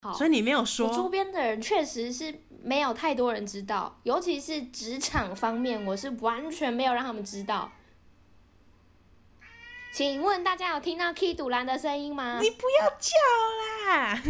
所以你没有说。 我周边的人确实是没有太多人知道，尤其是职场方面，我是完全没有让他们知道。请问大家有听到 Key 堵拦的声音吗？ 你不要叫啦！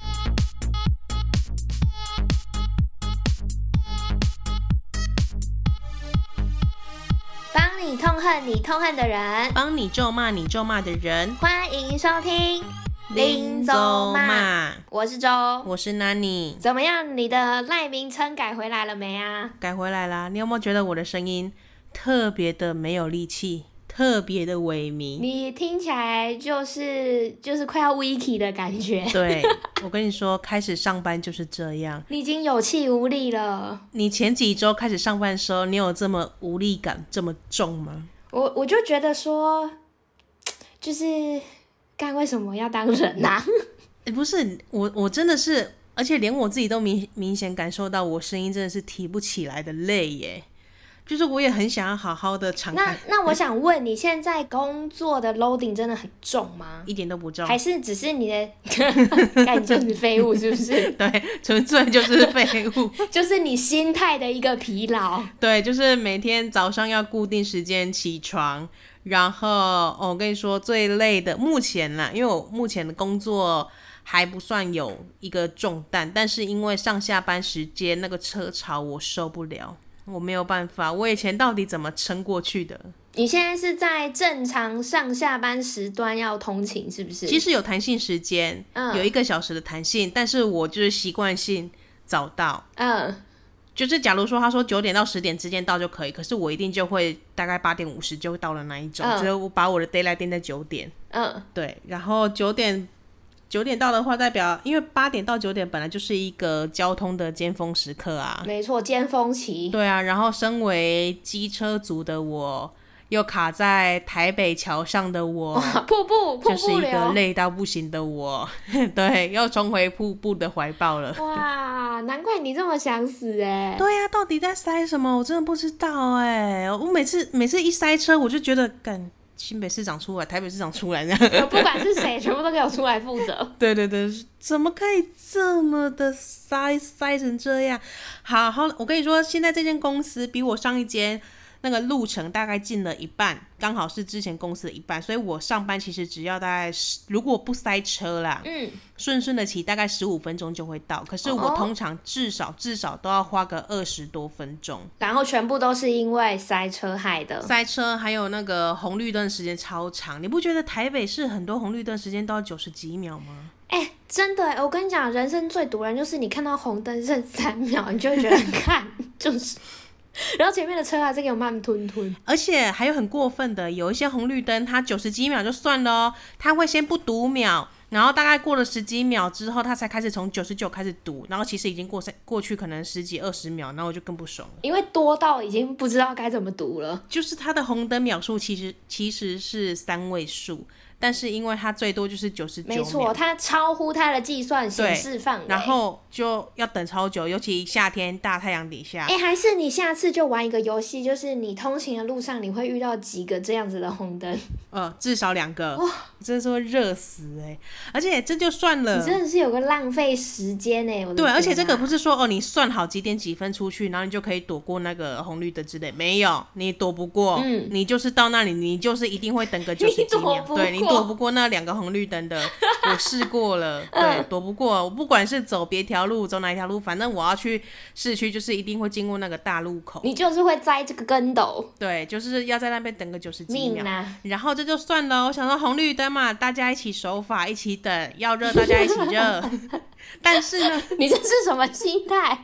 帮你痛恨你痛恨的人， 帮你咒骂你咒骂的人， 欢迎收听林州骂。 我是周， 我是 Nani。 怎么样？你的赖名称改回来了没啊？ 改回来啦。你有没有觉得我的声音特别的没有力气，特别的萎靡？ 你听起来就是快要 wiki 的感觉。 对，我跟你说，开始上班就是这样。 你已经有气无力了。 你前几周开始上班的时候，你有这么无力感这么重吗？ 我就觉得说，就是干为什么要当人啊？ 不是我真的是，而且连我自己都明显感受到我声音真的是提不起来的累耶。就是我也很想要好好的敞开。 那我想问，你现在工作的 loading 真的很重吗？ 一点都不重， 还是只是你的干就是废物是不是？ 对，纯粹就是废物。 就是你心态的一个疲劳。 对，就是每天早上要固定时间起床，然后我跟你说最累的目前啦，因为我目前的工作还不算有一个重担，但是因为上下班时间那个车潮我受不了，我没有办法。我以前到底怎么撑过去的？ 你现在是在正常上下班时段要通勤是不是？ 其实有弹性时间，有1个小时的弹性，但是我就是习惯性早到。就是假如说他说9点到10点之间到就可以，可是我一定就会大概8点50就会到了那一种，就是我把我的 deadline 定在9点。对，然后9点到的话，代表因为8点到9点本来就是一个交通的尖峰时刻啊。 没错，尖峰期。 对啊，然后身为机车族的我，又卡在台北桥上的我， 瀑布就是一个累到不行的我。对，又重回瀑布的怀抱了。 哇，难怪你这么想死耶。 对啊，到底在塞什么？我真的不知道耶。我每次一塞车，我就觉得干。新北市长出来，台北市长出来，这样不管是谁，全部都给我出来负责。 对对对，怎么可以这么的塞成这样？好，我跟你说，现在这间公司比我上一间那个路程大概近了一半，刚好是之前公司的一半，所以我上班其实只要大概如果不塞车啦，顺的骑大概15分钟就会到。可是我通常至少都要花个20多分钟， 然后全部都是因为塞车害的。 塞车还有那个红绿灯时间超长，你不觉得台北市很多红绿灯时间都要90几秒吗？ 真的我跟你讲，人生最毒人就是你看到红灯剩3秒，你就会觉得看就是然后前面的车还是给我慢吞吞。 而且还有很过分的，有一些红绿灯它90几秒就算了哦，它会先不读秒，然后大概过了10几秒之后，它才开始从99开始读，然后其实已经过去可能10几20秒，然后我就更不爽了， 因为多到已经不知道该怎么读了。 就是它的红灯秒数其实是3位数，但是因为它最多就是99秒， 没错，它超乎它的计算显示范围， 然后就要等超久，尤其夏天大太阳底下。 还是你下次就玩一个游戏，就是你通勤的路上你会遇到几个这样子的红灯？ 至少2个。哇，真的是会热死而且这就算了， 你真的是有个浪费时间我的天啊。 对，而且这个不是说你算好几点几分出去，然后你就可以躲过那个红绿灯之类，没有，你躲不过。你就是到那里，你就是一定会等个90几秒。对，你躲不过那2个红绿灯的，我试过了。对，躲不过。我不管是走别条路，走哪一条路，反正我要去市区，就是一定会经过那个大路口。 你就是会栽这个跟斗。 对，就是要在那边等个90几秒。 命啊！ 然后这就算了，我想说红绿灯嘛，大家一起守法，一起等，要热大家一起热。但是呢， 你这是什么心态？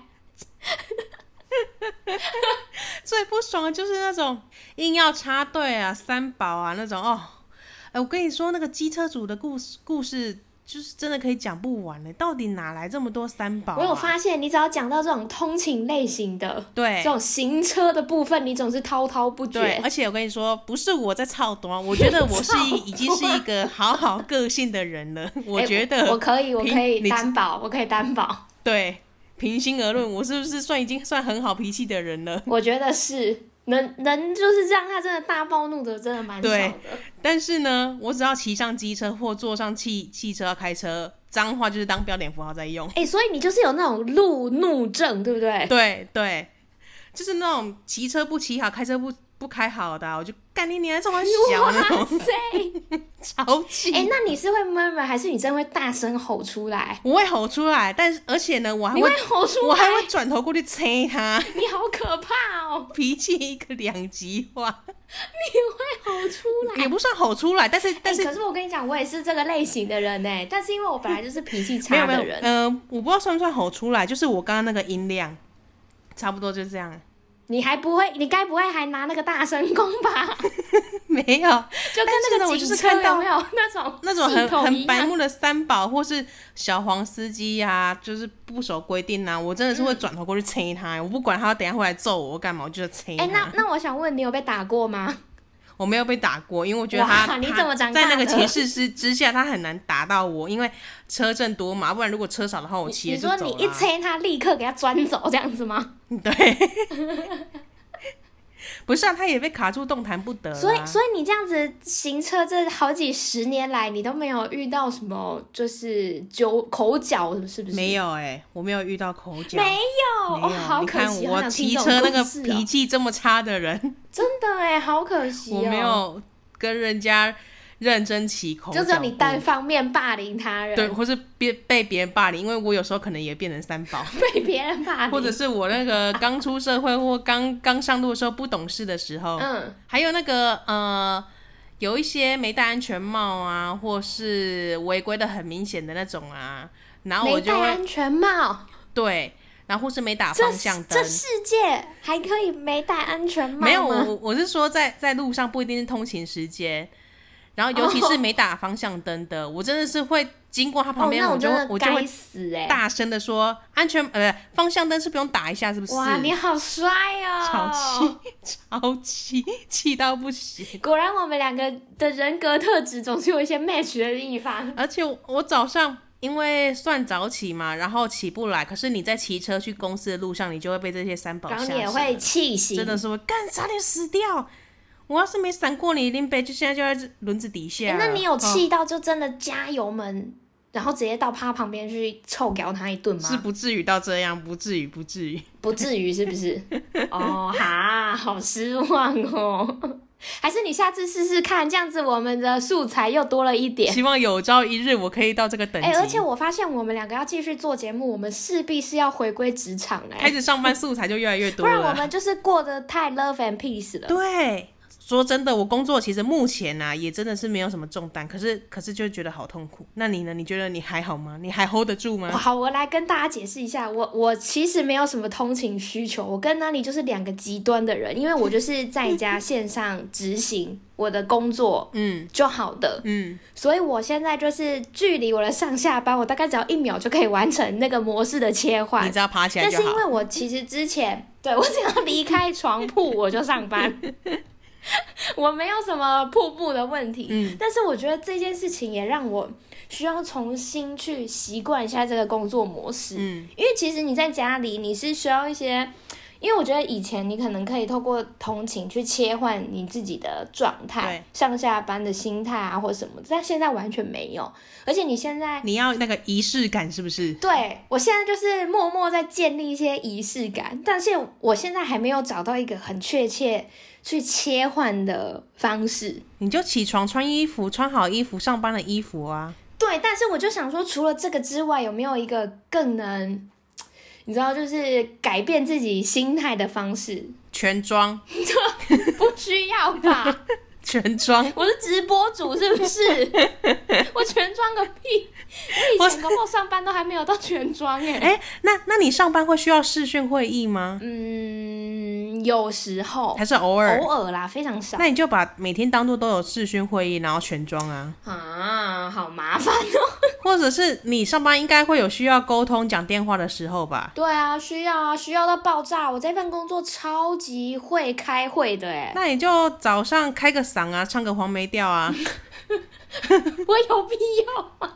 最不爽的就是那种硬要插队啊、三宝啊那种我跟你说，那个机车主的故事就是真的可以讲不完到底哪来这么多三宝我有发现，你只要讲到这种通勤类型的， 对这种行车的部分，你总是滔滔不绝。 对，而且我跟你说，不是我在操短，我觉得我已经是一个好个性的人了。我觉得我可以担保，我可以担保。 对，平心而论，我是不是已经算很好脾气的人了？ 我觉得是。能就是让他真的大暴怒的真的蛮少的。 但是呢，我只要骑上机车或坐上汽车要开车， 脏话就是当标点符号在用。 所以你就是有那种路怒症，对不对？ 对对，就是那种骑车不骑好，开车不开好的，我就干你娘，这么小那种，超气。 那你是会 murmur 还是你真的会大声吼出来？ 我会吼出来，但是而且呢，我还会吼出来， 我还会转头过去催他。 你好可怕哦！ 脾气一个两极化。 你会吼出来？ 也不算吼出来，但是可是我跟你讲，我也是这个类型的人欸，但是因为我本来就是脾气差的人， 我不知道算不算吼出来，就是我刚刚那个音量，差不多就是这样。 你还不会？你该不会还拿那个大声公吧？ 没有， 就跟那个警车有没有那种很白目的三宝或是小黄司机啊，就是不守规定啊，我真的是会转头过去催他，我不管他等一下会来揍我干嘛，我就催他。 那我想问你有被打过吗？ 我没有被打过，因为我觉得他在那个骑士之下，他很难打到我，因为车阵多嘛，不然如果车少的话，我骑着就走了。 你说你一催他，立刻给他钻走这样子吗？ 对。不是啊，他也被卡住动弹不得所以你这样子行车这好几十年来，你都没有遇到什么就是口角，是不是？ 没有我没有遇到口角， 没有好可惜。 你看我骑车那个脾气这么差的人， 真的好可惜我没有跟人家认真起口角， 就只有你单方面霸凌他人， 对，或是被别人霸凌，因为我有时候可能也变成三宝， 被别人霸凌， 或者是我那个刚出社会或刚上路的时候不懂事的时候，还有那个有一些没戴安全帽啊，或是违规的很明显的那种啊，然后我就会没戴安全帽， 对。然后或是没打方向灯， 这世界还可以没戴安全帽吗？ 没有，我是说在路上不一定是通勤时间。然后尤其是没打方向灯的，我真的是会经过他旁边，我就会大声的说方向灯是不用打一下，是不是？ 哇，你好帅哦！ 超气到不行。 果然我们两个的人格特质总是有一些 match 的地方。 而且我早上因为算早起嘛，然后起不来，可是你在骑车去公司的路上，你就会被这些三宝吓醒， 然后你也会气醒， 真的是会差点死掉。我要是没闪过你，林北就现在就在轮子底下。 那你有气到就真的加油门，然后直接到他旁边去臭屌他一顿吗？ 是不至于到这样，不至于， 不至于是不是？好失望哦。还是你下次试试看，这样子我们的素材又多了一点。 希望有朝一日我可以到这个等级。 而且我发现我们两个要继续做节目，我们势必是要回归职场开始上班素材就越来越多了。 不然我们就是过得太 love and peace 了。 对。说真的，我工作其实目前也真的是没有什么重担，可是就觉得好痛苦。那你呢？你觉得你还好吗？你还 hold 得住吗？ 好，我来跟大家解释一下，我其实没有什么通勤需求，我跟Nani就是两个极端的人，因为我就是在家线上执行我的工作，就好的，所以我现在就是距离我的上下班，我大概只要1秒就可以完成那个模式的切换， 你只要爬起来就好。 但是因为我其实之前对我只要离开床铺我就上班。我没有什么瀑布的问题，但是我觉得这件事情也让我需要重新去习惯一下这个工作模式，因为其实你在家里你是需要一些，因为我觉得以前你可能可以透过通勤去切换你自己的状态，上下班的心态啊或什么，但现在完全没有，而且你现在你要那个仪式感是不是？ 对，我现在就是默默在建立一些仪式感，但是我现在还没有找到一个很确切去切换的方式。 你就起床穿衣服，穿好衣服上班的衣服啊。 对，但是我就想说除了这个之外，有没有一个更能你知道就是改变自己心态的方式？ 全妆不需要吧？ 全妆我是直播主是不是？我全妆个屁！我以前搞不好上班都还没有到全妆那你上班会需要视讯会议吗？ 有时候还是偶尔啦，非常少。 那你就把每天当作都有视讯会议，然后全妆好麻烦哦。 或者是你上班应该会有需要沟通讲电话的时候吧？ 对啊，需要到爆炸。我这份工作超级会开会的那你就早上开个嗓啊，唱个黄梅调啊。 我有必要吗？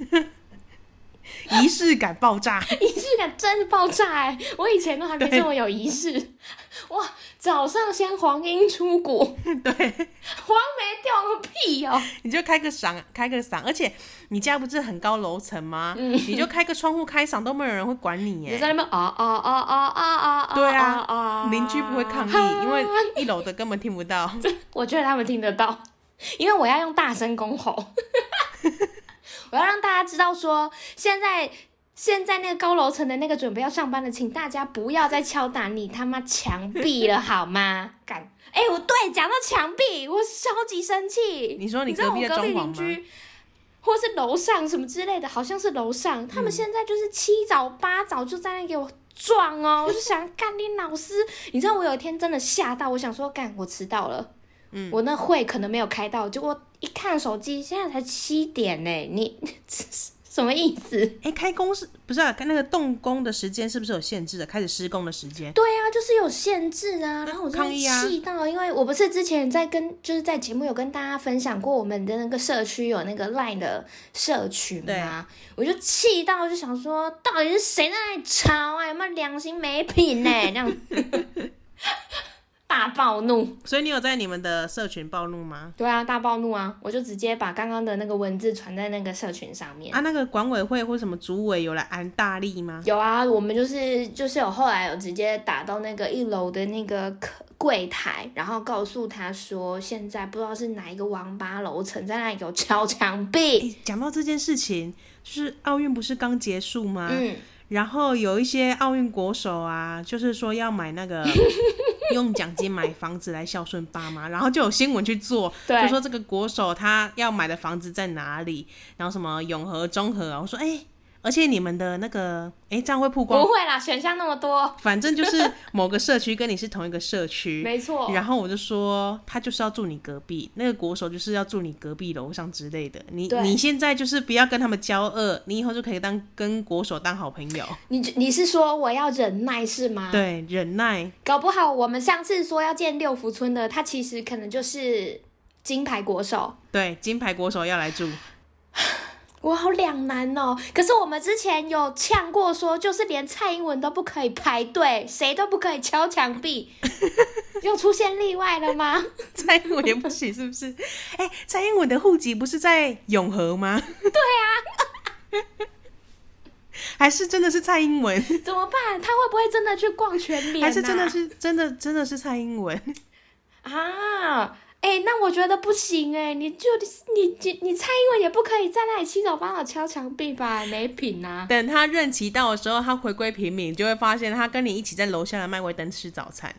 仪式感爆炸， 仪式感真的爆炸我以前都还没这么有仪式。哇，早上先黄莺出谷， 对， 黄梅掉个屁哦！ 你就开个嗓，而且你家不是很高楼层吗？你就开个窗户开嗓，都没有人会管你耶。 你在那边啊！ 对啊，邻居不会抗议，因为1楼的根本听不到。 我觉得他们听得到，因为我要用大声公吼，我要让大家知道说，现在那个高楼层的那个准备要上班的，请大家不要再敲打你他妈墙壁了好吗？干！我对，讲到墙壁，我超级生气。 你说你隔壁的装潢吗？ 或是楼上什么之类的，好像是楼上，他们现在就是7早8早就在那给我撞哦，我就想干你老师。你知道我有一天真的吓到，我想说干，我迟到了，我那会可能没有开到，结果一看手机，现在才7点呢，你什么意思？ 开工是不是那个动工的时间是不是有限制的？开始施工的时间？ 对啊，就是有限制啊。然后我真的气到，因为我不是之前就是在节目有跟大家分享过我们的那个社区有那个 LINE 的社群嘛，我就气到就想说，到底是谁在那里吵啊？有没有良心没品呢？这样。大暴怒， 所以你有在你们的社群暴怒吗？ 对啊，大暴怒啊！我就直接把刚刚的那个文字传在那个社群上面。 那个管委会或什么主委有来安大力吗？ 有啊，我们就是有后来有直接打到那个1楼的那个柜台，然后告诉他说，现在不知道是哪一个王八楼层在那里给我敲墙壁。 讲到这件事情，就是奥运不是刚结束吗？然后有一些奥运国手啊，就是说要买那个用奖金买房子来孝顺爸妈，然后就有新闻去做，就说这个国手他要买的房子在哪里，然后什么永和、中和啊，我说而且你们的那个这样会曝光？ 不会啦，选项那么多， 反正就是某个社区跟你是同一个社区， 没错。 然后我就说他就是要住你隔壁，那个国手就是要住你隔壁楼上之类的。你现在就是不要跟他们交恶，你以后就可以跟国手当好朋友。 你是说我要忍耐是吗？ 对，忍耐。 搞不好我们上次说要建六福村的，他其实可能就是金牌国手。 对，金牌国手要来住。 我好两难哦，可是我们之前有呛过说，就是连蔡英文都不可以排队，谁都不可以敲墙壁，又出现例外了吗？ 蔡英文也不行是不是？蔡英文的户籍不是在永和吗？ 对啊， 还是真的是蔡英文？ 怎么办？他会不会真的去逛全联啊？ 还是真的是蔡英文啊？那我觉得不行你蔡英文也不可以在那里7早8早敲墙壁吧，没品啊！ 等他任期到的时候，他回归平民，就会发现他跟你一起在楼下的麦味登吃早餐。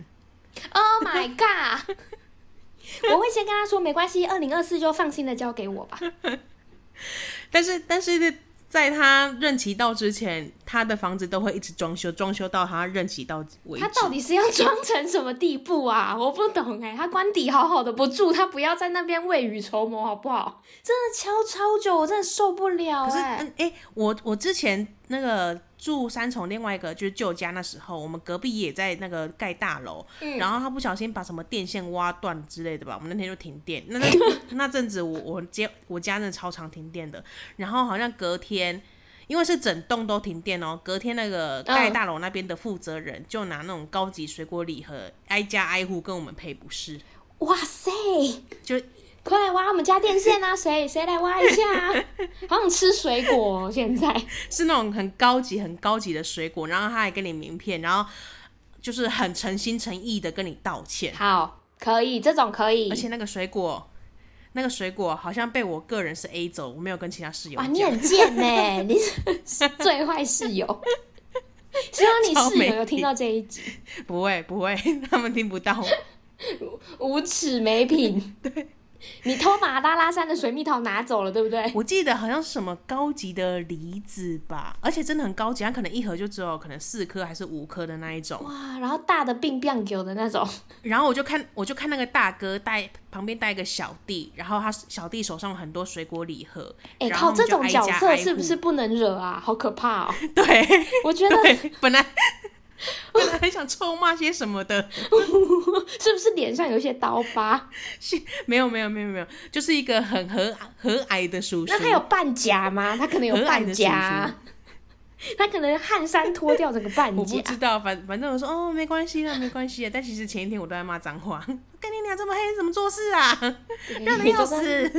Oh my god！ 我会先跟他说没关系，2024就放心的交给我吧。 但是在他任期到之前，他的房子都会一直装修到他任期到为止。 他到底是要装成什么地步啊？我不懂他官邸好好的不住，他不要在那边未雨绸缪好不好？真的敲超久，我真的受不了。 可是我之前那个住三重另外一个就是旧家，那时候我们隔壁也在那个盖大楼，然后他不小心把什么电线挖断之类的吧，我们那天就停电。那阵子我家真的超常停电的，然后好像隔天。因为是整栋都停电哦，隔天那个盖大楼那边的负责人就拿那种高级水果礼盒挨家挨户跟我们赔不是。 哇塞！ 就快来挖我们家电线啊！谁来挖一下啊？好想吃水果哦！现在是那种很高级的水果，然后他还给你名片，然后就是很诚心诚意的跟你道歉。 好，可以，这种可以。 而且那个水果好像被我个人是 A 走，我没有跟其他室友讲。 哇，你很贱欸你是最坏室友。希望你室友有听到这一集。 不会，他们听不到。 无耻没品。 对。 你偷把拉拉山的水蜜桃拿走了，对不对？ 我记得好像是什么高级的梨子吧，而且真的很高级，它可能一盒就只有可能4颗还是5颗的那一种。 哇，然后大的病病狗的那种。 然后我就看那个大哥旁边带一个小弟，然后他小弟手上有很多水果礼盒。 靠，这种角色是不是不能惹啊？好可怕哦！ 对， 我觉得本来很想臭骂些什么的。 是不是脸上有一些刀疤？ 没有，就是一个很和蔼的叔叔。 那他有半甲吗？他可能有半甲。他可能汗衫脱掉整个半甲。 我不知道，反正我说没关系啦。但其实前一天我都在骂脏话，跟你娘这么黑怎么做事啊？热的要死！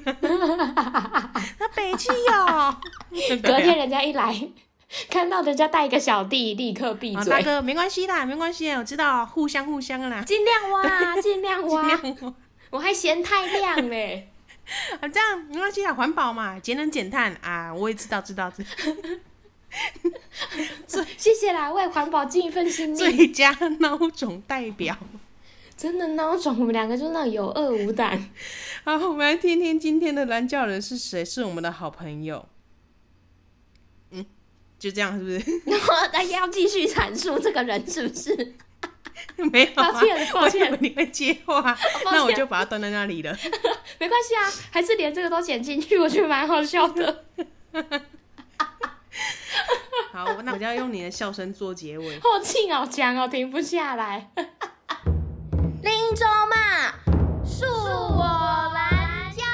他北气哦。 隔天人家一来，看到人家带一个小弟，立刻闭嘴。 大哥，没关系啦，没关系，我知道，互相啦。 尽量挖，尽量挖。我还嫌太亮嘞。 这样没关系啦，环保嘛，节能减碳啊，我也知道。 谢谢啦，为环保尽一份心力。 最佳孬种代表。 真的孬种，我们两个就那有恶无胆。 好，我们来听听今天的蓝教人是谁，是我们的好朋友。就这样是不是？ 那要继续阐述这个人是不是？ 没有、啊， 抱歉， 我以为你会接话，那我就把它断在那里了。 没关系啊，还是连这个都剪进去，我觉得蛮好笑的。 好，那我就要用你的笑声做结尾。 后劲好强哦，停不下来。林州嘛，恕我蓝教。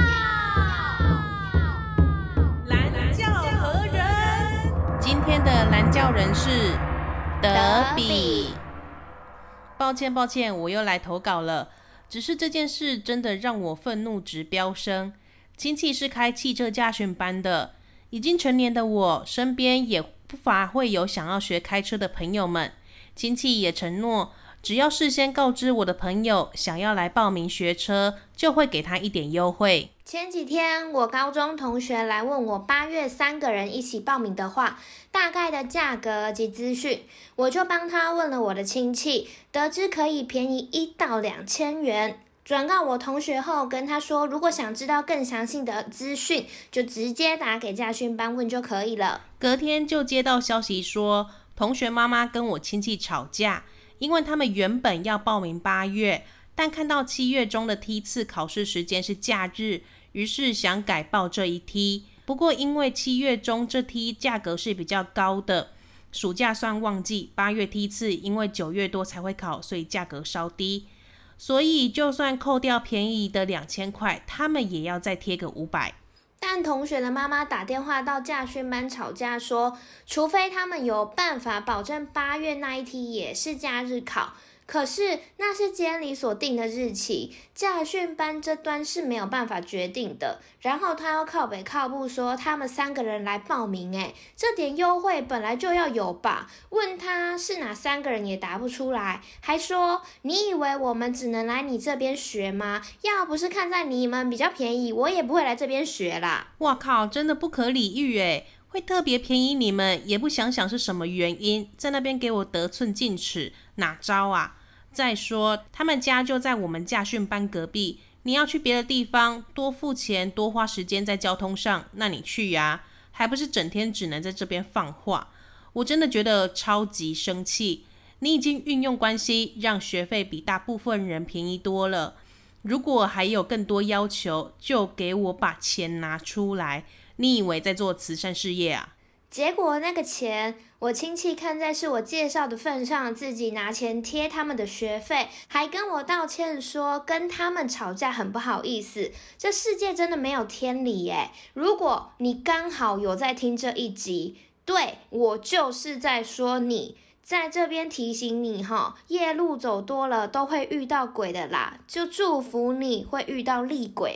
蓝教何人？今天的蓝教人是德比。抱歉，我又来投稿了。只是这件事真的让我愤怒值飙升。亲戚是开汽车驾训班的，已经成年的我，身边也不乏会有想要学开车的朋友们。亲戚也承诺，只要事先告知我的朋友想要来报名学车，就会给他一点优惠。 前几天我高中同学来问我8月3个人一起报名的话，大概的价格及资讯，我就帮他问了我的亲戚，得知可以便宜1到2千元。转告我同学后，跟他说，如果想知道更详细的资讯，就直接打给驾训班问就可以了。 隔天就接到消息说，同学妈妈跟我亲戚吵架，因为他们原本要报名8月，但看到7月中的梯次考试时间是假日，于是想改报这一梯。不过因为7月中这梯价格是比较高的，暑假算旺季，8月梯次因为9月多才会考，所以价格稍低。所以就算扣掉便宜的2000块，他们也要再贴个500。 但同学的妈妈打电话到驾训班吵架说，除非他们有办法保证8月那一梯也是假日考，可是那是监理所定的日期，驾训班这端是没有办法决定的。然后他要靠北靠步说他们3个人来报名，这点优惠本来就要有吧？问他是哪3个人也答不出来，还说你以为我们只能来你这边学吗？要不是看在你们比较便宜，我也不会来这边学啦。 哇靠，真的不可理喻耶！会特别便宜你们，也不想想是什么原因，在那边给我得寸进尺，哪招啊？再说他们家就在我们驾训班隔壁，你要去别的地方多付钱多花时间在交通上，那你去呀，还不是整天只能在这边放话。我真的觉得超级生气，你已经运用关系让学费比大部分人便宜多了，如果还有更多要求，就给我把钱拿出来。你以为在做慈善事业啊？ 结果那个钱，我亲戚看在是我介绍的份上，自己拿钱贴他们的学费，还跟我道歉说跟他们吵架很不好意思。这世界真的没有天理耶！如果你刚好有在听这一集，对，我就是在说你，在这边提醒你夜路走多了都会遇到鬼的啦，就祝福你会遇到厉鬼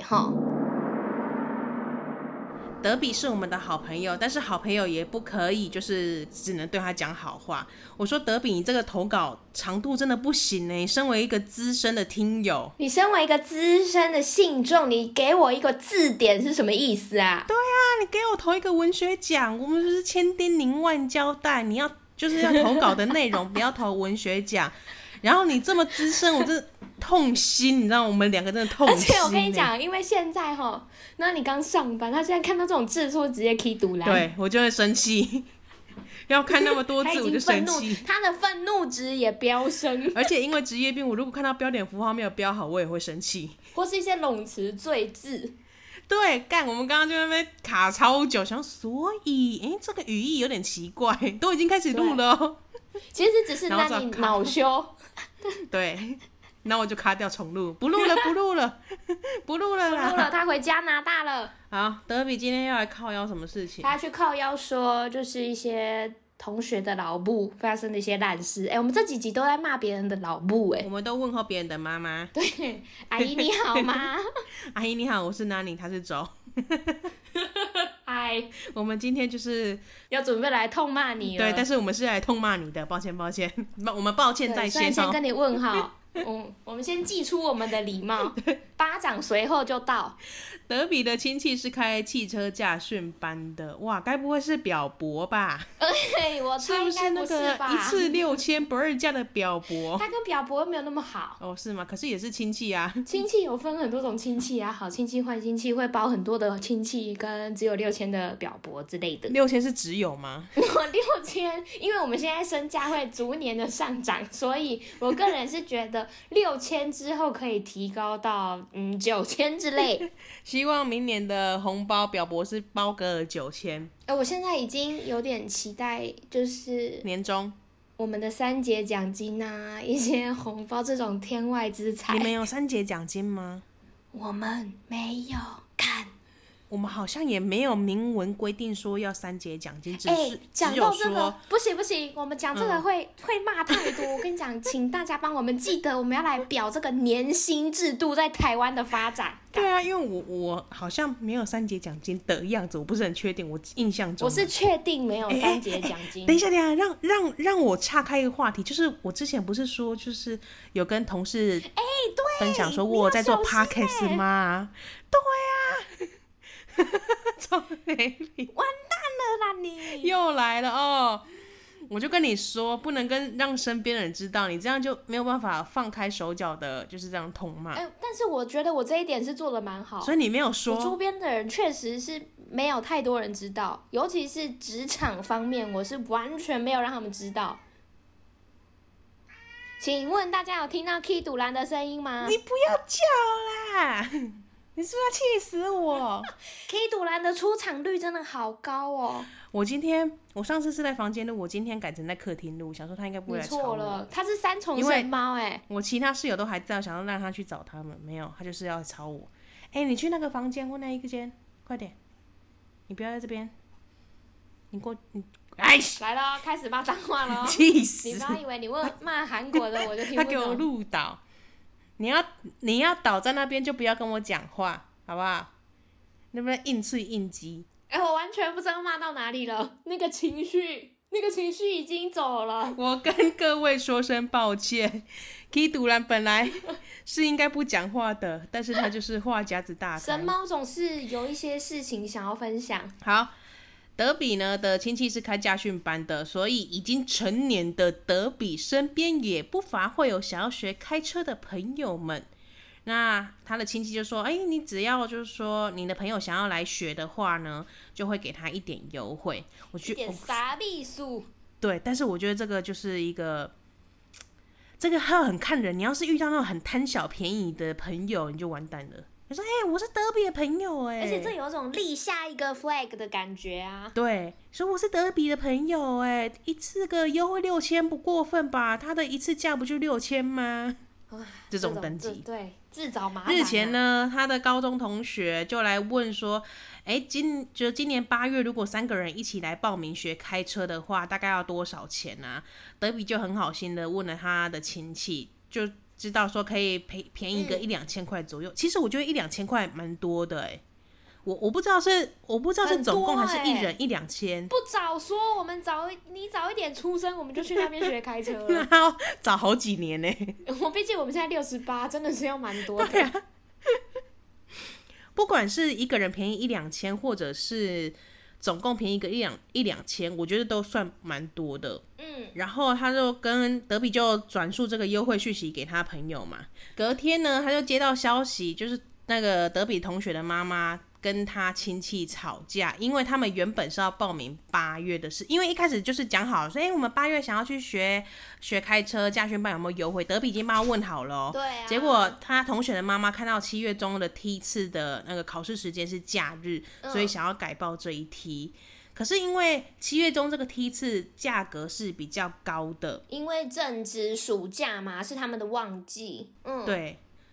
德比是我们的好朋友，但是好朋友也不可以就是只能对他讲好话。我说德比，你这个投稿长度真的不行耶，身为一个资深的听友， 你身为一个资深的信众，你给我一个字典是什么意思啊？ 对啊，你给我投一个文学奖，我们就是千叮咛万交代，你要就是要投稿的内容不要投文学奖。然后你这么资深，我真的痛心，你知道我们2个真的痛心。而且我跟你讲，因为现在那你刚上班，他现在看到这种字数直接key读啦。 对，我就会生气。要看那么多字我就生气， 他的愤怒值也飙升。 而且因为职业病，我如果看到标点符号没有标好，我也会生气。 或是一些冗词赘字。 对，干，我们刚刚就在那边卡超久，想所以这个语义有点奇怪，都已经开始录了哦。 其实只是让你恼羞。 对，然后我就卡掉重录，不录了啦， 他回加拿大了。 好，德比今天要来靠腰什么事情？ 他去靠腰说，就是一些同学的老母发生的一些烂事。我们这几集都在骂别人的老母。 我们都问候别人的妈妈。 对，阿姨你好吗？ 阿姨你好，我是 Nani， 他是周。 嗨， 我们今天就是要准备来痛骂你了。 对，但是我们是来痛骂你的，抱歉，我们抱歉在先。 先跟你问好。我们先祭出我们的礼貌，巴掌随后就到。 德比的亲戚是开汽车驾训班的，哇，该不会是表伯吧？ 我猜应该不是吧？ 是不是那个一次6000不二价的表伯？ 他跟表伯又没有那么好。 哦，是吗？可是也是亲戚啊。 亲戚有分很多种亲戚啊，好亲戚、坏亲戚，会包很多的亲戚跟只有6000的表伯之类的。 6000是只有吗 ？6000，因为我们现在身价会逐年的上涨，所以我个人是觉得6000之后可以提高到9000之类。 希望明年的红包表伯是包个9000。 我现在已经有点期待，就是年终我们的3节奖金啊，一些红包这种天外之财。 你们有3节奖金吗？ 我们没有看。 我们好像也没有明文规定说要3节奖金，只讲到这个不行，我们讲这个会骂太多。我跟你讲，请大家帮我们记得，我们要来表这个年薪制度在台湾的发展。 对啊，因为我好像没有3节奖金的样子，我不是很确定。我印象中我是确定没有3节奖金。 等一下，让我岔开一个话题，就是我之前不是说，就是有跟同事对分享说我在做 podcast 吗？对啊。超没礼， 完蛋了啦你！ 又来了哦！我就跟你说，不能让身边的人知道，你这样就没有办法放开手脚的，就是这样痛骂。 但是我觉得我这一点是做的蛮好， 所以你没有说。 我周边的人确实是没有太多人知道，尤其是职场方面，我是完全没有让他们知道。请问大家有听到 K 杜兰的声音吗？ 你不要叫啦！你是不是要气死我 ？K 杜兰的出场率真的好高哦！ 我上次是在房间录，我今天改成在客厅录，想说他应该不会来吵我。 你错了，他是3重生猫我其他室友都还在，想要让他去找他们，没有，他就是要吵我。你去那个房间或那一个间，快点！你不要在这边，你过你。 来了，开始骂脏话了！ 气死！ 你不要以为你问骂韩国的我就听不懂。 他给我录倒。你要倒在那边就不要跟我讲话，好不好？能不能硬脆硬击？ 我完全不知道骂到哪里了，那个情绪已经走了。 我跟各位说声抱歉 ，K 杜兰本来是应该不讲话的，但是他就是话匣子大开。 神猫总是有一些事情想要分享。 好。德比呢的亲戚是开驾训班的，所以已经成年的德比身边也不乏会有想要学开车的朋友们。那他的亲戚就说：“你只要就是说你的朋友想要来学的话呢，就会给他一点优惠。” 一点啥秘术？ 对，但是我觉得这个就是一个，这个还有很看人。你要是遇到那种很贪小便宜的朋友，你就完蛋了。你说我是德比的朋友而且这有种立下一个 flag 的感觉啊。 对，说我是德比的朋友一次个优惠6000不过分吧？他的一次价不就6000吗？这种等级， 对，自找麻烦。 日前呢，他的高中同学就来问说，今年8月如果3个人一起来报名学开车的话，大概要多少钱啊？德比就很好心的问了他的亲戚，就知道说可以便宜个1-2千块左右。其实我觉得1-2千块蛮多的我不知道是总共还是一人1-2千。 不早说，你早一点出生，我们就去那边学开车了。 早好几年呢。 毕竟我们现在68，真的是要蛮多的。 对啊。不管是一个人便宜1-2千，或者是总共便宜个1-2千，我觉得都算蛮多的。然后他就跟德比就转述这个优惠讯息给他朋友嘛。隔天呢，他就接到消息，就是那个德比同学的妈妈跟他亲戚吵架，因为他们原本是要报名8月的事，因为一开始就是讲好说，我们8月想要去学开车，驾训班有没有优惠？德比已经帮他问好了对啊。 结果他同学的妈妈看到7月中的梯次的那个考试时间是假日，所以想要改报这一梯。可是因为7月中这个梯次价格是比较高的， 因为正值暑假嘛，是他们的旺季。 对。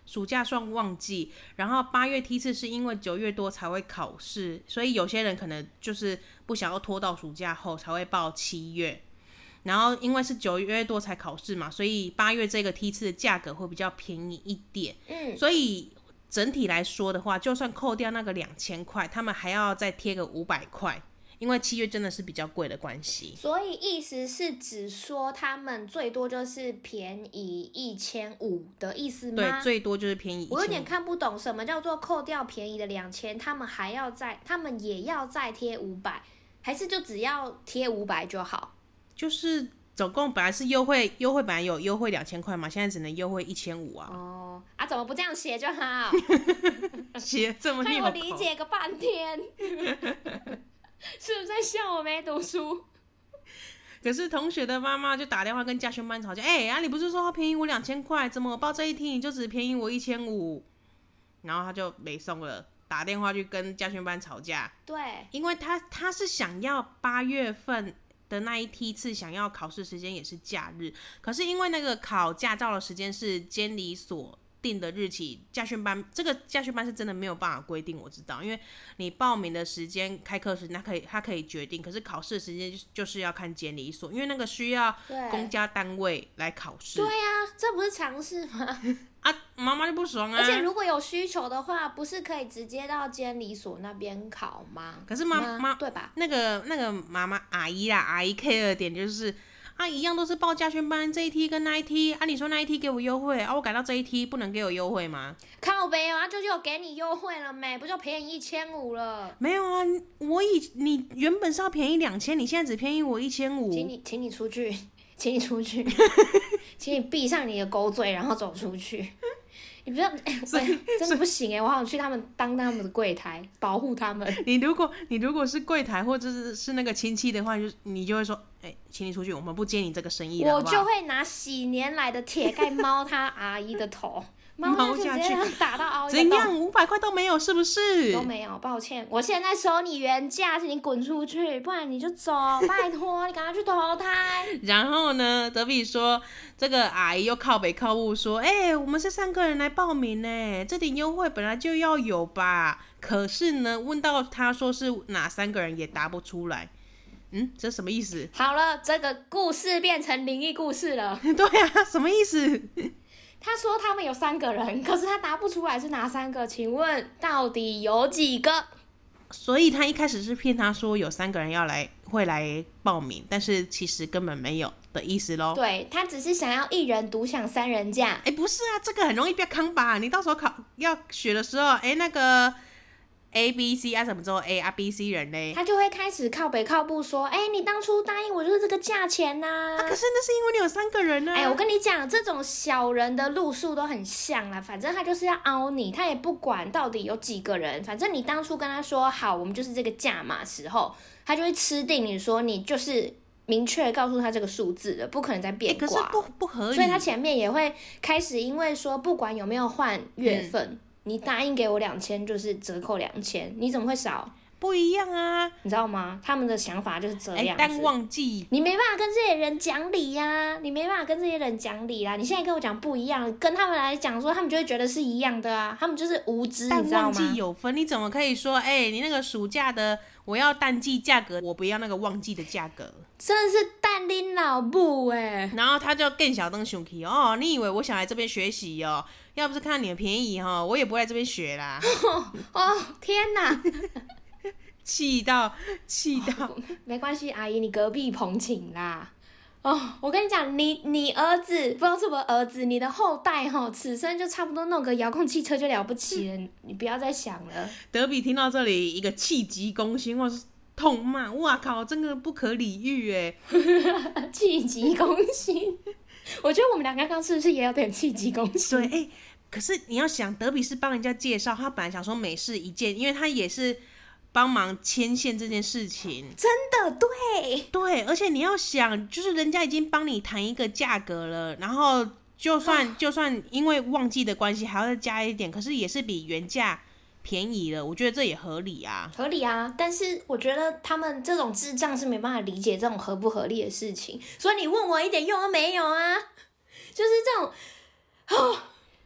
暑假算旺季，然后8月梯次是因为9月多才会考试，所以有些人可能就是不想要拖到暑假后才会报7月。然后因为是9月多才考试嘛，所以8月这个梯次的价格会比较便宜一点。所以整体来说的话，就算扣掉那个2000块，他们还要再贴个500块。因为7月真的是比较贵的关系， 所以意思是指说他们最多就是便宜1500的意思吗？ 对，最多就是便宜1500。 我有点看不懂什么叫做扣掉便宜的2000，他们也要再贴500，还是就只要贴500就好？ 就是总共本来是优惠本来有优惠2000块嘛，现在只能优惠1500啊。 怎么不这样写就好？ 写这么拗口， 害我理解个半天。是不是在笑我没读书？ 可是同学的妈妈就打电话跟家训班吵架，你不是说便宜我2000块，怎么我报这一梯你就只便宜我1500？然后他就没送了，打电话去跟家训班吵架。 对， 因为他是想要8月份的那一梯次，想要考试时间也是假日，可是因为那个考驾照的时间是监理所定的日期，驾训班这个驾训班是真的没有办法规定，我知道，因为你报名的时间、开课时间他可以决定，可是考试的时间就是要看监理所，因为那个需要公家单位来考试。 对啊，这不是常识吗？ 妈妈就不爽啊！ 而且如果有需求的话，不是可以直接到监理所那边考吗？ 可是妈对吧？ 那个妈妈阿姨 care 的点就是。一样都是报家训班，这一梯跟那一梯你说那一梯给我优惠我改到这一梯不能给我优惠吗？ 靠北就有给你优惠了没？不就便宜1500了？ 没有啊，你原本是要便宜2000，你现在只便宜我1500。 请你出去，请你出去，请你闭上你的狗嘴，然后走出去。你不要，真的不行我好想去他们当他们的柜台，保护他们。 你如果是柜台或者是那个亲戚的话，你就会说，请你出去，我们不接你这个生意了， 我就会拿洗年来的铁盖猫他阿姨的头。猫下去，打到凹一个洞。 怎样？500块都没有，是不是？ 都没有，抱歉，我现在收你原价，请你滚出去，不然你就走，拜托，你赶快去投胎。 然后呢，德比说，这个阿姨又靠北靠物说，我们是3个人来报名呢，这点优惠本来就要有吧？可是呢，问到他说是哪3个人也答不出来。这什么意思？ 好了，这个故事变成灵异故事了。 对啊，什么意思？ 他说他们有3个人，可是他答不出来是哪3个，请问到底有几个？ 所以他一开始是骗他说有3个人会来报名，但是其实根本没有的意思咯。 对，他只是想要1人独享3人价。 不是啊，这个很容易被坑吧？你到时候要学的时候，那个A、B、C 什么之后 A、B、C 人嘞， 他就会开始靠北靠步说，你当初答应我就是这个价钱呐。 可是那是因为你有3个人啊。 我跟你讲，这种小人的路数都很像啦，反正他就是要凹你，他也不管到底有几个人，反正你当初跟他说好，我们就是这个价码时候，他就会吃定你说你就是明确告诉他这个数字的，不可能再变卦。 可是不合理， 所以他前面也会开始因为说不管有没有换月份。你答应给我2000，就是折扣2000，你怎么会少？ 不一样啊， 你知道吗？他们的想法就是这样子。 但忘记你没办法跟这些人讲理呀，你没办法跟这些人讲理啦。你现在跟我讲不一样，跟他们来讲说，他们就会觉得是一样的啊。他们就是无知， 但你知道吗？ 忘记有分，你怎么可以说，你那个暑假的我要淡季价格，我不要那个旺季的价格？ 真的是淡拎老母然后他就更小灯熊气你以为我想来这边学习哦？要不是看到你的便宜我也不会来这边学啦。 天哪！ 气到没关系，阿姨，你隔壁捧请啦。我跟你讲，你儿子不知道是不是儿子，你的后代此生就差不多弄个遥控汽车就了不起了，你不要再想了。 德比听到这里，一个气急攻心，或是痛骂，哇靠，真的不可理喻气急攻心。我觉得我们俩刚刚是不是也有点气急攻心？ 对，可是你要想，德比是帮人家介绍，他本来想说美事一件，因为他也是帮忙牵线这件事情。 真的， 对，而且你要想，就是人家已经帮你谈一个价格了，然后就算因为旺季的关系还要再加一点，可是也是比原价便宜了，我觉得这也合理啊。 合理啊，但是我觉得他们这种智障是没办法理解这种合不合理的事情，所以你问我一点用都没有啊。就是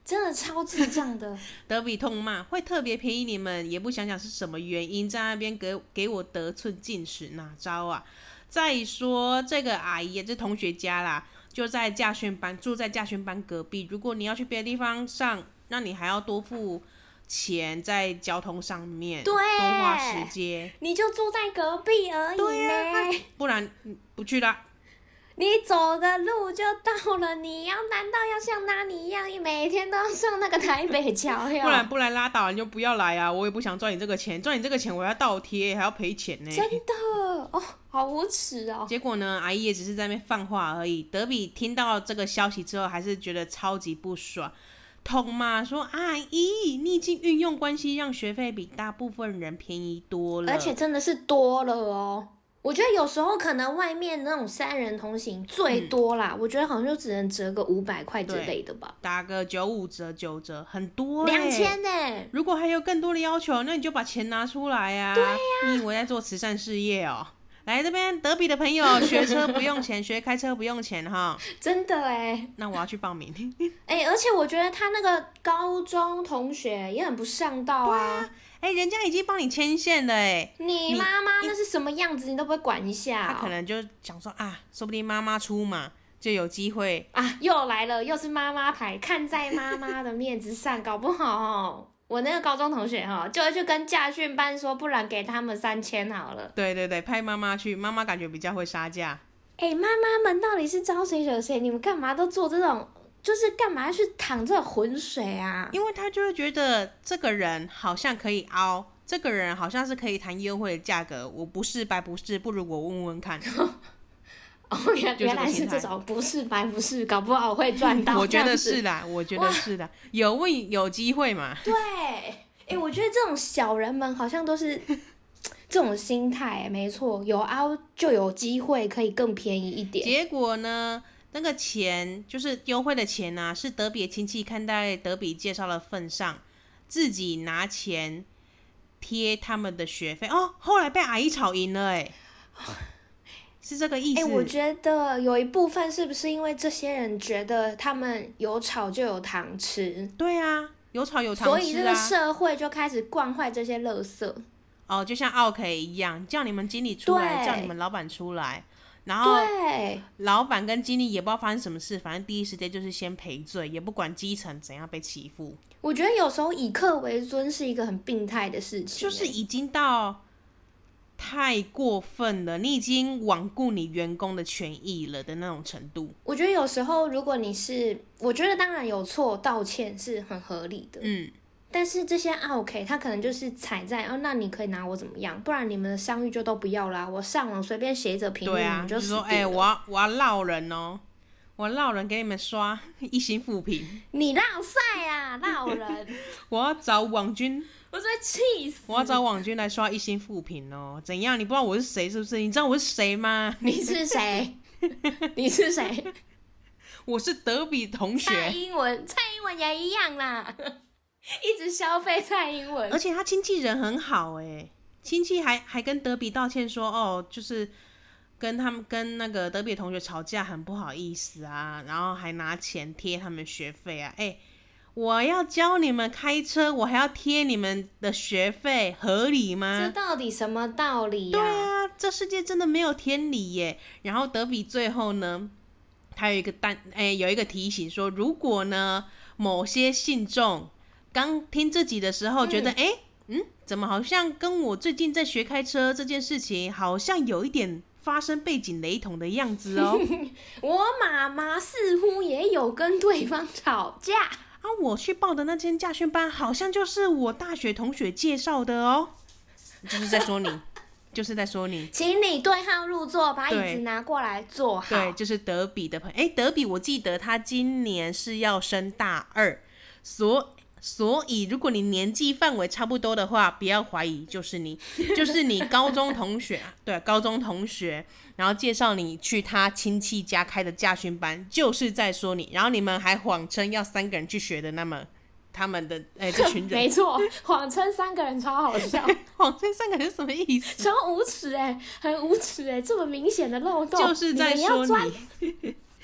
真的超智障的。 德比痛骂会特别便宜你们，也不想想是什么原因，在那边给我得寸进尺，哪招啊？再说这个阿姨这同学家啦，就在驾训班，住在驾训班隔壁。如果你要去别的地方上，那你还要多付钱在交通上面， 对， 多花时间。 你就住在隔壁而已呢， 不然不去啦。 你走个路就到了，难道要像那你一样，每天都要上那个台北桥？ 不然拉倒，你就不要来啊！我也不想赚你这个钱，赚你这个钱我要倒贴，还要赔钱呢。 真的哦，好无耻哦！ 结果呢，阿姨也只是在那边放话而已。德比听到这个消息之后，还是觉得超级不爽，痛骂说：“阿姨，你已经运用关系让学费比大部分人便宜多了， 而且真的是多了哦。”我觉得有时候可能外面那种3人同行最多啦，我觉得好像就只能折个500块之类的吧， 打个95折、9折，很多 2000耶。 如果还有更多的要求，那你就把钱拿出来啊！ 对呀， 你以为在做慈善事业哦？来这边德比的朋友，学车不用钱，学开车不用钱哈。 真的哎， 那我要去报名。 而且我觉得他那个高中同学也很不上道啊。 人家已经帮你牵线了你妈妈那是什么样子，你都不会管一下他可能就想说啊，说不定妈妈出嘛，就有机会啊。又来了，又是妈妈牌，看在妈妈的面子上，搞不好我那个高中同学就会去跟驾训班说，不然给他们3000好了。 对对对，派妈妈去，妈妈感觉比较会杀价。 妈妈们到底是招谁惹谁？你们干嘛都做这种？就是干嘛要去淌这浑水啊？ 因为他就会觉得这个人好像可以凹，这个人好像是可以谈优惠的价格，我不是白不是，不如我问问看。 原来是这种不是白不是，搞不好会赚到。 我觉得是啦，有问有机会嘛。 对，我觉得这种小人们好像都是这种心态，没错，有凹就有机会可以更便宜一点。 结果呢？那个钱就是优惠的钱啊，是德比的亲戚看在德比介绍的份上，自己拿钱贴他们的学费哦。后来被阿姨吵赢了是这个意思。 我觉得有一部分是不是因为这些人觉得他们有吵就有糖吃？ 对啊，有吵有糖吃啊， 所以这个社会就开始惯坏这些垃圾。 就像奥 K 一样，叫你们经理出来，叫你们老板出来。然后老板跟经理也不知道发生什么事，反正第一时间就是先赔罪，也不管基层怎样被欺负。 我觉得有时候以客为尊是一个很病态的事情， 就是已经到太过分了，你已经罔顾你员工的权益了的那种程度。 我觉得有时候如果你是，我觉得当然有错道歉是很合理的，但是这些 OK 他可能就是踩在那你可以拿我怎么样，不然你们的商誉就都不要啦，我上网随便写一则评论，你们就死定了。 就说我要烙人哦，我烙人给你们刷1星负评。 你烙赛啊，烙人！ 我要找网军， 我会气死！ 我要找网军来刷1星负评哦。怎样？你不知道我是谁是不是？你知道我是谁吗？ 你是谁？你是谁？ 我是德比同学。 蔡英文也一样啦。一直消费蔡英文， 而且他亲戚人很好亲戚还跟德比道歉说就是跟那个德比的同学吵架很不好意思啊，然后还拿钱贴他们学费啊。我要教你们开车，我还要贴你们的学费，合理吗？ 这到底什么道理对啊，这世界真的没有天理耶。然后德比最后呢，他有一个提醒说，如果呢某些信众刚听这集的时候觉得怎么好像跟我最近在学开车这件事情好像有一点发生背景雷同的样子哦。 我妈妈似乎也有跟对方吵架啊，我去报的那间驾训班好像就是我大学同学介绍的哦。就是在说你请你对号入座，把椅子拿过来坐好。 对，就是德比的朋友。德比我记得他今年是要升大2，所以如果你年纪范围差不多的话，不要怀疑就是你高中同学对，高中同学，然后介绍你去他亲戚家开的驾训班，就是在说你，然后你们还谎称要3个人去学的，那么他们的这群人没错，谎称3个人超好笑。 谎称3个人是什么意思？ 超无耻很无耻这么明显的漏洞， 就是在说你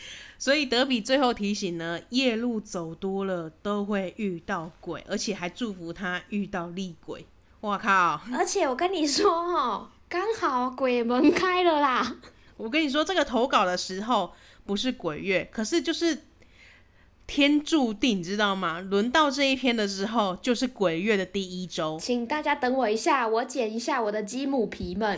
所以德比最后提醒呢，夜路走多了都会遇到鬼，而且还祝福他遇到厉鬼。哇靠！ 而且我跟你说刚好鬼门开了啦。 我跟你说，这个投稿的时候不是鬼月，可是就是天注定，你知道吗？轮到这一篇的时候，就是鬼月的第1周。 请大家等我一下，我剪一下我的鸡母皮们。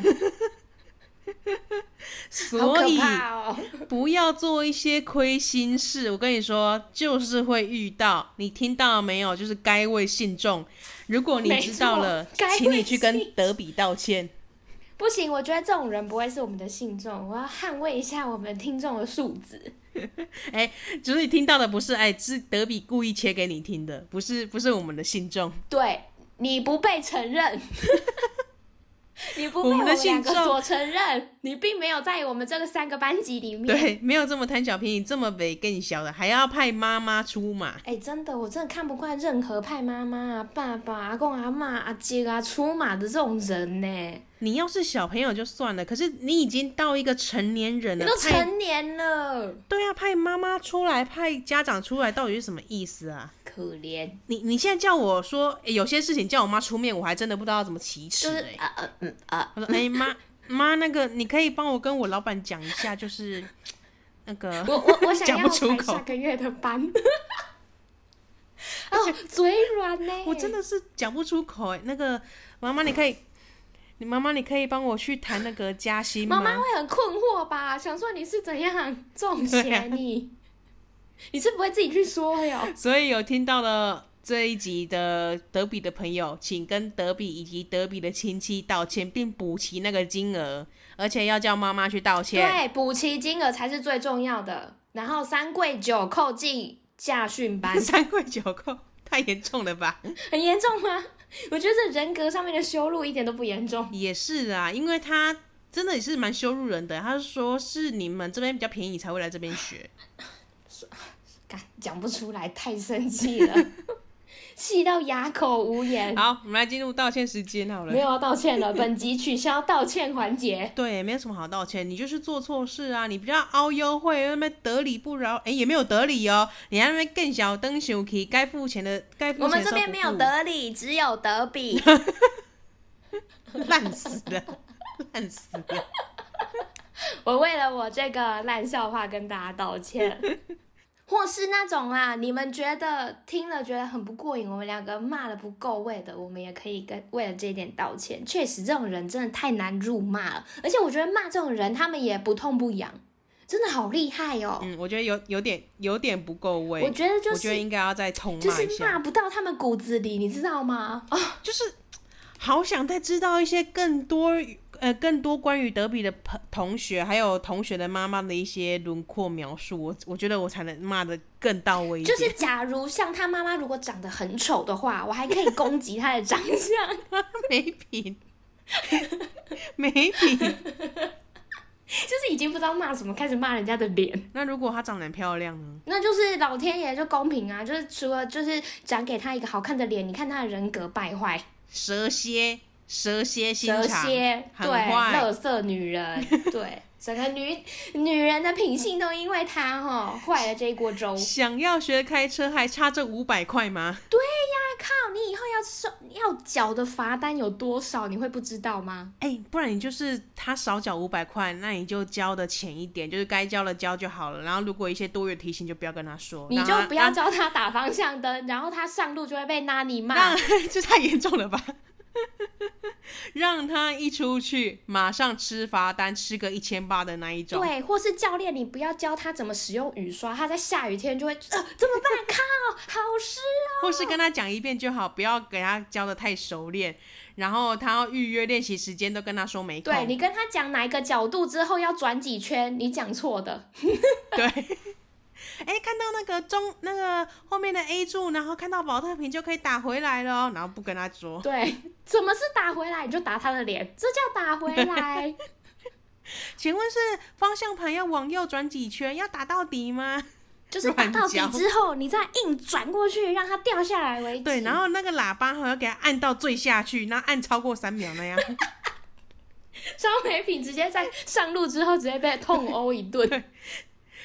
所以、 哦、 不要做一些亏心事，我跟你说，就是会遇到。你听到了没有？就是该为信众。如果你知道了，请你去跟德比道歉。 不行，我觉得这种人不会是我们的信众，我要捍卫一下我们听众的素质。 就是你听到的不是是德比故意切给你听的，不是我们的信众。 对，你不被承认。你不被我们两个所承认，你并没有在我们这个3个班级里面。 对，没有这么贪小便宜，这么没更小的，还要派妈妈出马。 真的，我真的看不惯任何派妈妈啊、爸爸、阿公、阿嬷、阿姐啊出马的这种人呢。 你要是小朋友就算了，可是你已经到一个成年人了， 你都成年了。 对啊，派妈妈出来，派家长出来，到底是什么意思啊？ 可怜。 你现在叫我说，有些事情叫我妈出面，我还真的不知道怎么启齿。 就是我说妈，那个你可以帮我跟我老板讲一下，就是那个我想要排下个月的班。嘴软呢。 我真的是讲不出口那个妈妈，你可以帮我去谈那个加薪吗？ 妈妈会很困惑吧，想说你是怎样中邪你？你是不会自己去说哟。 所以有听到了这一集的德比的朋友，请跟德比以及德比的亲戚道歉，并补齐那个金额，而且要叫妈妈去道歉。 对，补齐金额才是最重要的。然后3跪9叩进驾训班。 3跪9叩太严重了吧？ 很严重吗？我觉得这人格上面的羞辱一点都不严重。 也是啊，因为他真的也是蛮羞辱人的。他说是你们这边比较便宜才会来这边学。 讲不出来，太生气了。气到哑口无言。 好，我们来进入道歉时间好了。 没有要道歉了，本集取消道歉环节。 对，没有什么好道歉，你就是做错事啊，你不要凹优惠，那边得理不饶，也没有得理哦，你在那边更小灯生气，该付钱的该付钱的时候不付。 我们这边没有得理，只有得比。 烂死了，烂死了。 我为了我这个烂笑话跟大家道歉。或是那种你们觉得听了觉得很不过瘾，我们2个骂的不够位的，我们也可以为了这一点道歉。确实这种人真的太难辱骂了，而且我觉得骂这种人他们也不痛不痒，真的好厉害哦。 我觉得有点不够位。 我觉得应该要再痛骂一下， 就是骂不到他们骨子里，你知道吗？ 就是好想再知道一些更多关于德比的同学还有同学的妈妈的一些轮廓描述，我觉得我才能骂得更到位一点。 就是假如像他妈妈如果长得很丑的话，我还可以攻击他的长相。 没品。没品。 就是已经不知道骂什么，开始骂人家的脸。 那如果他长得很漂亮呢？ 那就是老天爷就公平啊，就是除了就是长给他一个好看的脸，你看他的人格败坏， 蛇蝎心肠， 对，垃圾女人，对，整个女人的品性都因为他坏了这一锅粥。 想要学开车还差这500块吗？ 对呀，靠，你以后要缴的罚单有多少，你会不知道吗？ 不然你就是他少缴500块，那你就交的浅一点，就是该交的交就好了。然后如果一些多余的提醒就不要跟他说， 你就不要教他打方向灯，然后他上路就会被拿你骂。 这太严重了吧？让他一出去马上吃罚单，吃个1800的那一种。 对，或是教练你不要教他怎么使用雨刷，他在下雨天就会怎么办？靠，好湿哦。 或是跟他讲一遍就好，不要给他教的太熟练，然后他要预约练习时间都跟他说没空。 对，你跟他讲哪一个角度之后要转几圈，你讲错的。 对。看到那个后面的 A 柱，然后看到保特瓶就可以打回来了，然后不跟他说。 对，什么是打回来？你就打他的脸，这叫打回来。 请问是方向盘要往右转几圈，要打到底吗？ 就是打到底之后，你再硬转过去，让它掉下来为止。 对，然后那个喇叭要给它按到最下去，然后按超过3秒那样。 超没品，直接在上路之后直接被痛殴一顿。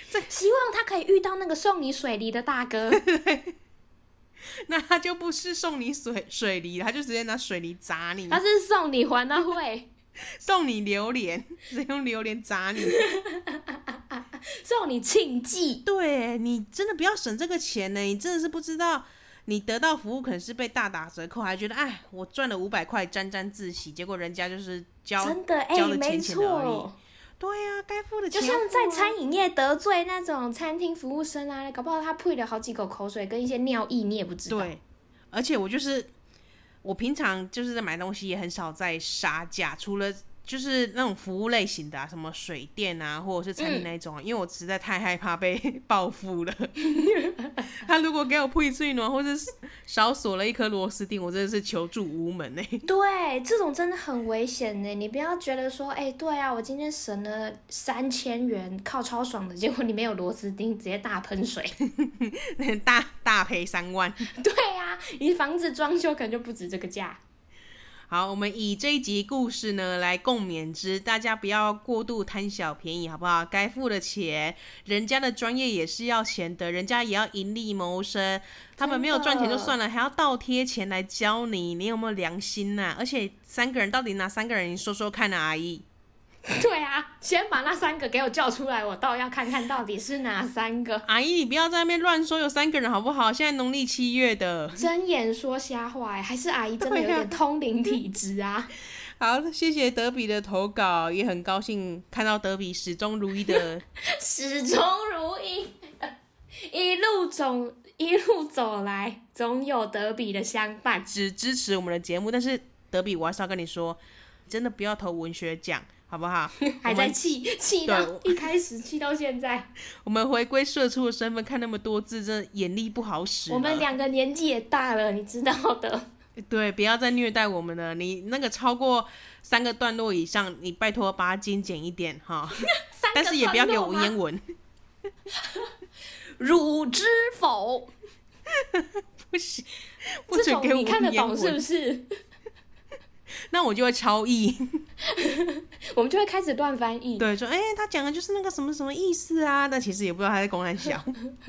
希望他可以遇到那个送你水梨的大哥。 那他就不是送你水梨，他就直接拿水梨砸你。 他是送你还他会， 送你榴莲，直接用榴莲砸你。 送你庆忌。 对，你真的不要省这个钱呢，你真的是不知道。你得到服务可能是被大打折扣，还觉得哎，我赚了500块沾沾自喜，结果人家就是交了钱钱的而已。对啊，该付的钱就像在餐饮业得罪那种餐厅服务生啊，搞不好他吐了好几口口水跟一些尿液，你也不知道。 对，而且我平常就是在买东西也很少在杀价，除了就是那种服务类型的什么水电啊，或者是餐厅那一种因为我实在太害怕被报复了。他如果给我配水暖，或者是少锁了一颗螺丝钉，我真的是求助无门对，这种真的很危险你不要觉得说，对啊，我今天省了3000元，靠超爽的，结果你没有螺丝钉，直接大喷水， 大赔3万。 对啊，你房子装修可能就不止这个价。 好，我们以这一集故事呢来共勉之，大家不要过度贪小便宜，好不好？该付的钱，人家的专业也是要钱的，人家也要盈利谋生，他们没有赚钱就算了，还要倒贴钱来教你，你有没有良心啊？而且3个人到底哪3个人？你说说看啊，阿姨。 对啊，先把那3个给我叫出来，我倒要看看到底是哪3个。 阿姨，你不要在那边乱说有3个人好不好？现在农历7月的， 睁眼说瞎话还是阿姨真的有点通灵体质啊？ 好，谢谢德比的投稿，也很高兴看到德比始终如一的始终如一，一路走来，总有德比的相伴， 只支持我们的节目。但是德比，我还是要跟你说，真的不要投文学奖。好不好？ 还在气到一开始气到现在。 我们回归社畜的身份，看那么多字，真的眼力不好使。 我们2个年纪也大了，你知道的。 对，不要再虐待我们了。你那个超过3个段落以上，你拜托把它精简一点哈。但是也不要给我文言文。 汝知否？ 不行，不准给我文言文。 你看得懂是不是？ 那我就会超译， 我们就会开始乱翻译。 对，说他讲的就是那个什么什么意思啊，但其实也不知道他在公三小。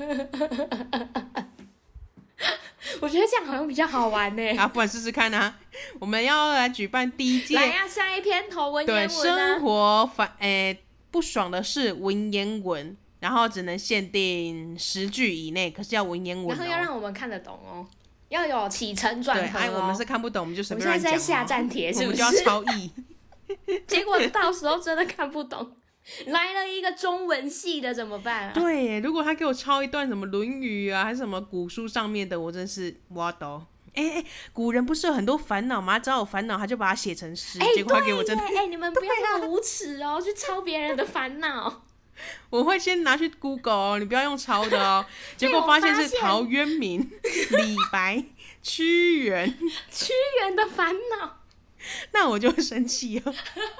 我觉得这样好像比较好玩好，不然试试看啊！我们要来举办第1届， 来啊，下一篇投文言文对，生活不爽的是文言文，然后只能限定10句以内，可是要文言文然后要让我们看得懂要有起承转合我们是看不懂，我们就随便乱讲。 我们现在在下站帖，是不是？ 我们就要超译。 结果到时候真的看不懂，来了一个中文系的怎么办啊？ 对，如果他给我抄一段什么《论语》啊，还是什么古书上面的，我真是挖到。古人不是有很多烦恼吗？只要有烦恼，他就把它写成诗。结果他给我真的， 你们不要那么无耻去抄别人的烦恼。 我会先拿去 Google 你不要用抄的结果发现是陶渊明、李白、屈原的烦恼， 那我就生气了。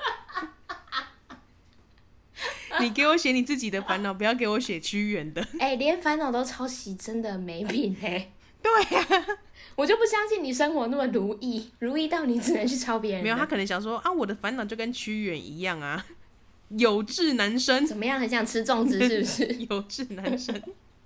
你给我写你自己的烦恼，不要给我写屈原的。 连烦恼都抄袭，真的没品对啊， 我就不相信你生活那么如意到你只能去抄别人的。 没有，他可能想说我的烦恼就跟屈原一样啊。有志难伸， 怎么样？很想吃粽子是不是？ 有志难伸。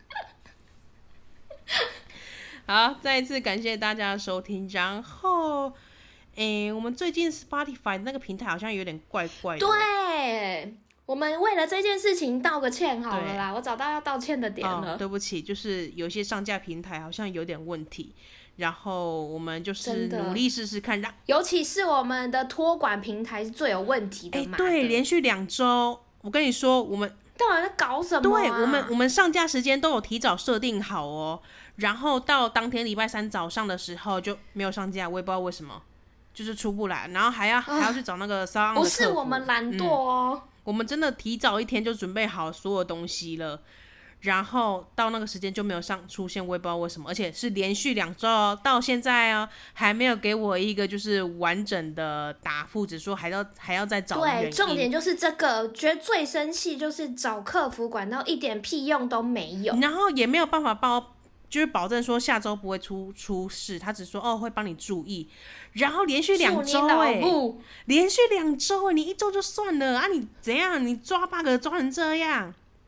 好，再一次感谢大家的收听。然后，我们最近 Spotify 那个平台好像有点怪怪的。 对，我们为了这件事情道个歉好了啦。我找到要道歉的点了。 对不起，就是有些上架平台好像有点问题。然后我们就是努力试试看， 尤其是我们的托管平台是最有问题的嘛。 对，连续2周，我跟你说，我们到底在搞什么对，我们上架时间都有提早设定好然后到当天礼拜3早上的时候就没有上架，我也不知道为什么，就是出不来，然后还要去找那个SoundOn的客服。 不是我们懒惰我们真的提早1天就准备好所有东西了。然后到那个时间就没有出现，我也不知道为什么，而且是连续2周到现在还没有给我一个就是完整的答复，只说还要再找原因。 对，重点就是这个，觉得最生气就是找客服管道一点屁用都没有， 然后也没有办法就是保证说下周不会出事，他只说会帮你注意，然后连续2周连续2周你1周就算了你怎样？你抓 bug 抓成这样。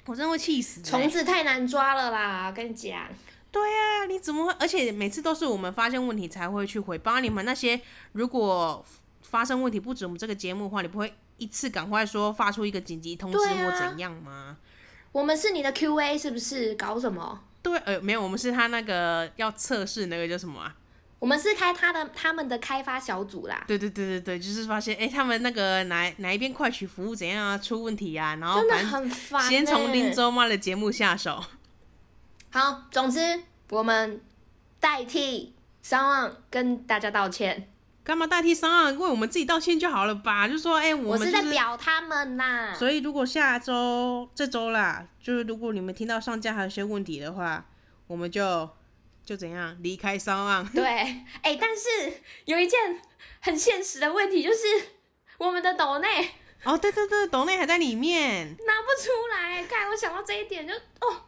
我真的会气死、 虫子太难抓了啦，跟你讲。 对啊，你怎么会？而且每次都是我们发现问题才会去回报你们那些。如果发生问题不止我们这个节目的话，你不会一次赶快说发出一个紧急通知或怎样吗？ 我们是你的 QA 是不是？搞什么？ 对，没有，我们是他那个要测试那个叫什么啊？ 我们是开他们的开发小组啦。 对，就是发现他们那个哪一边快取服务怎样啊出问题啊，然后真的很烦先从林州妈的节目下手。 好，总之我们代替SoundOn跟大家道歉。 干嘛代替SoundOn为我们自己道歉就好了吧？就说我们、 是在表他们啦。 所以如果这周啦，就是如果你们听到上架还有些问题的话，我们就怎样离开SoundOn。 对，但是有一件很现实的问题，就是我们的抖内。 哦，对，抖内还在里面， 拿不出来。看我想到这一点就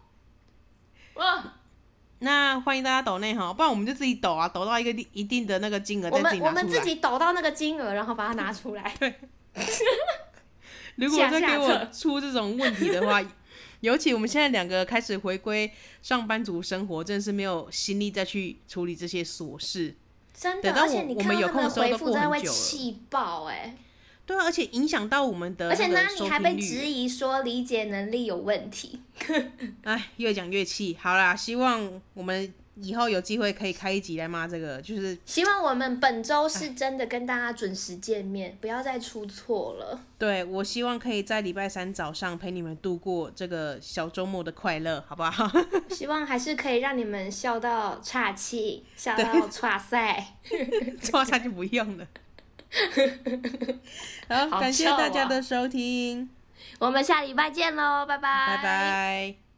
那欢迎大家抖内哈，不然我们就自己抖啊，抖到一定的那个金额再自己拿出来。 我们自己抖到那个金额，然后把它拿出来。 对。如果再给我出这种问题的话，尤其我们现在两个开始回归上班族生活，真的是没有心力再去处理这些琐事。 真的，而且你看他们的回复真的会气爆对啊，而且影响到我们的， 而且那你还被质疑说理解能力有问题。 越讲越气。好啦，希望我们以后有机会可以开一集来骂这个，就是希望我们本周是真的跟大家准时见面，不要再出错了。 对，我希望可以在礼拜三早上陪你们度过这个小周末的快乐，好不好？ 希望还是可以让你们笑到岔气，笑到岔赛， 岔赛就不用了。好，感谢大家的收听， 我们下礼拜见喽，拜拜， 拜拜。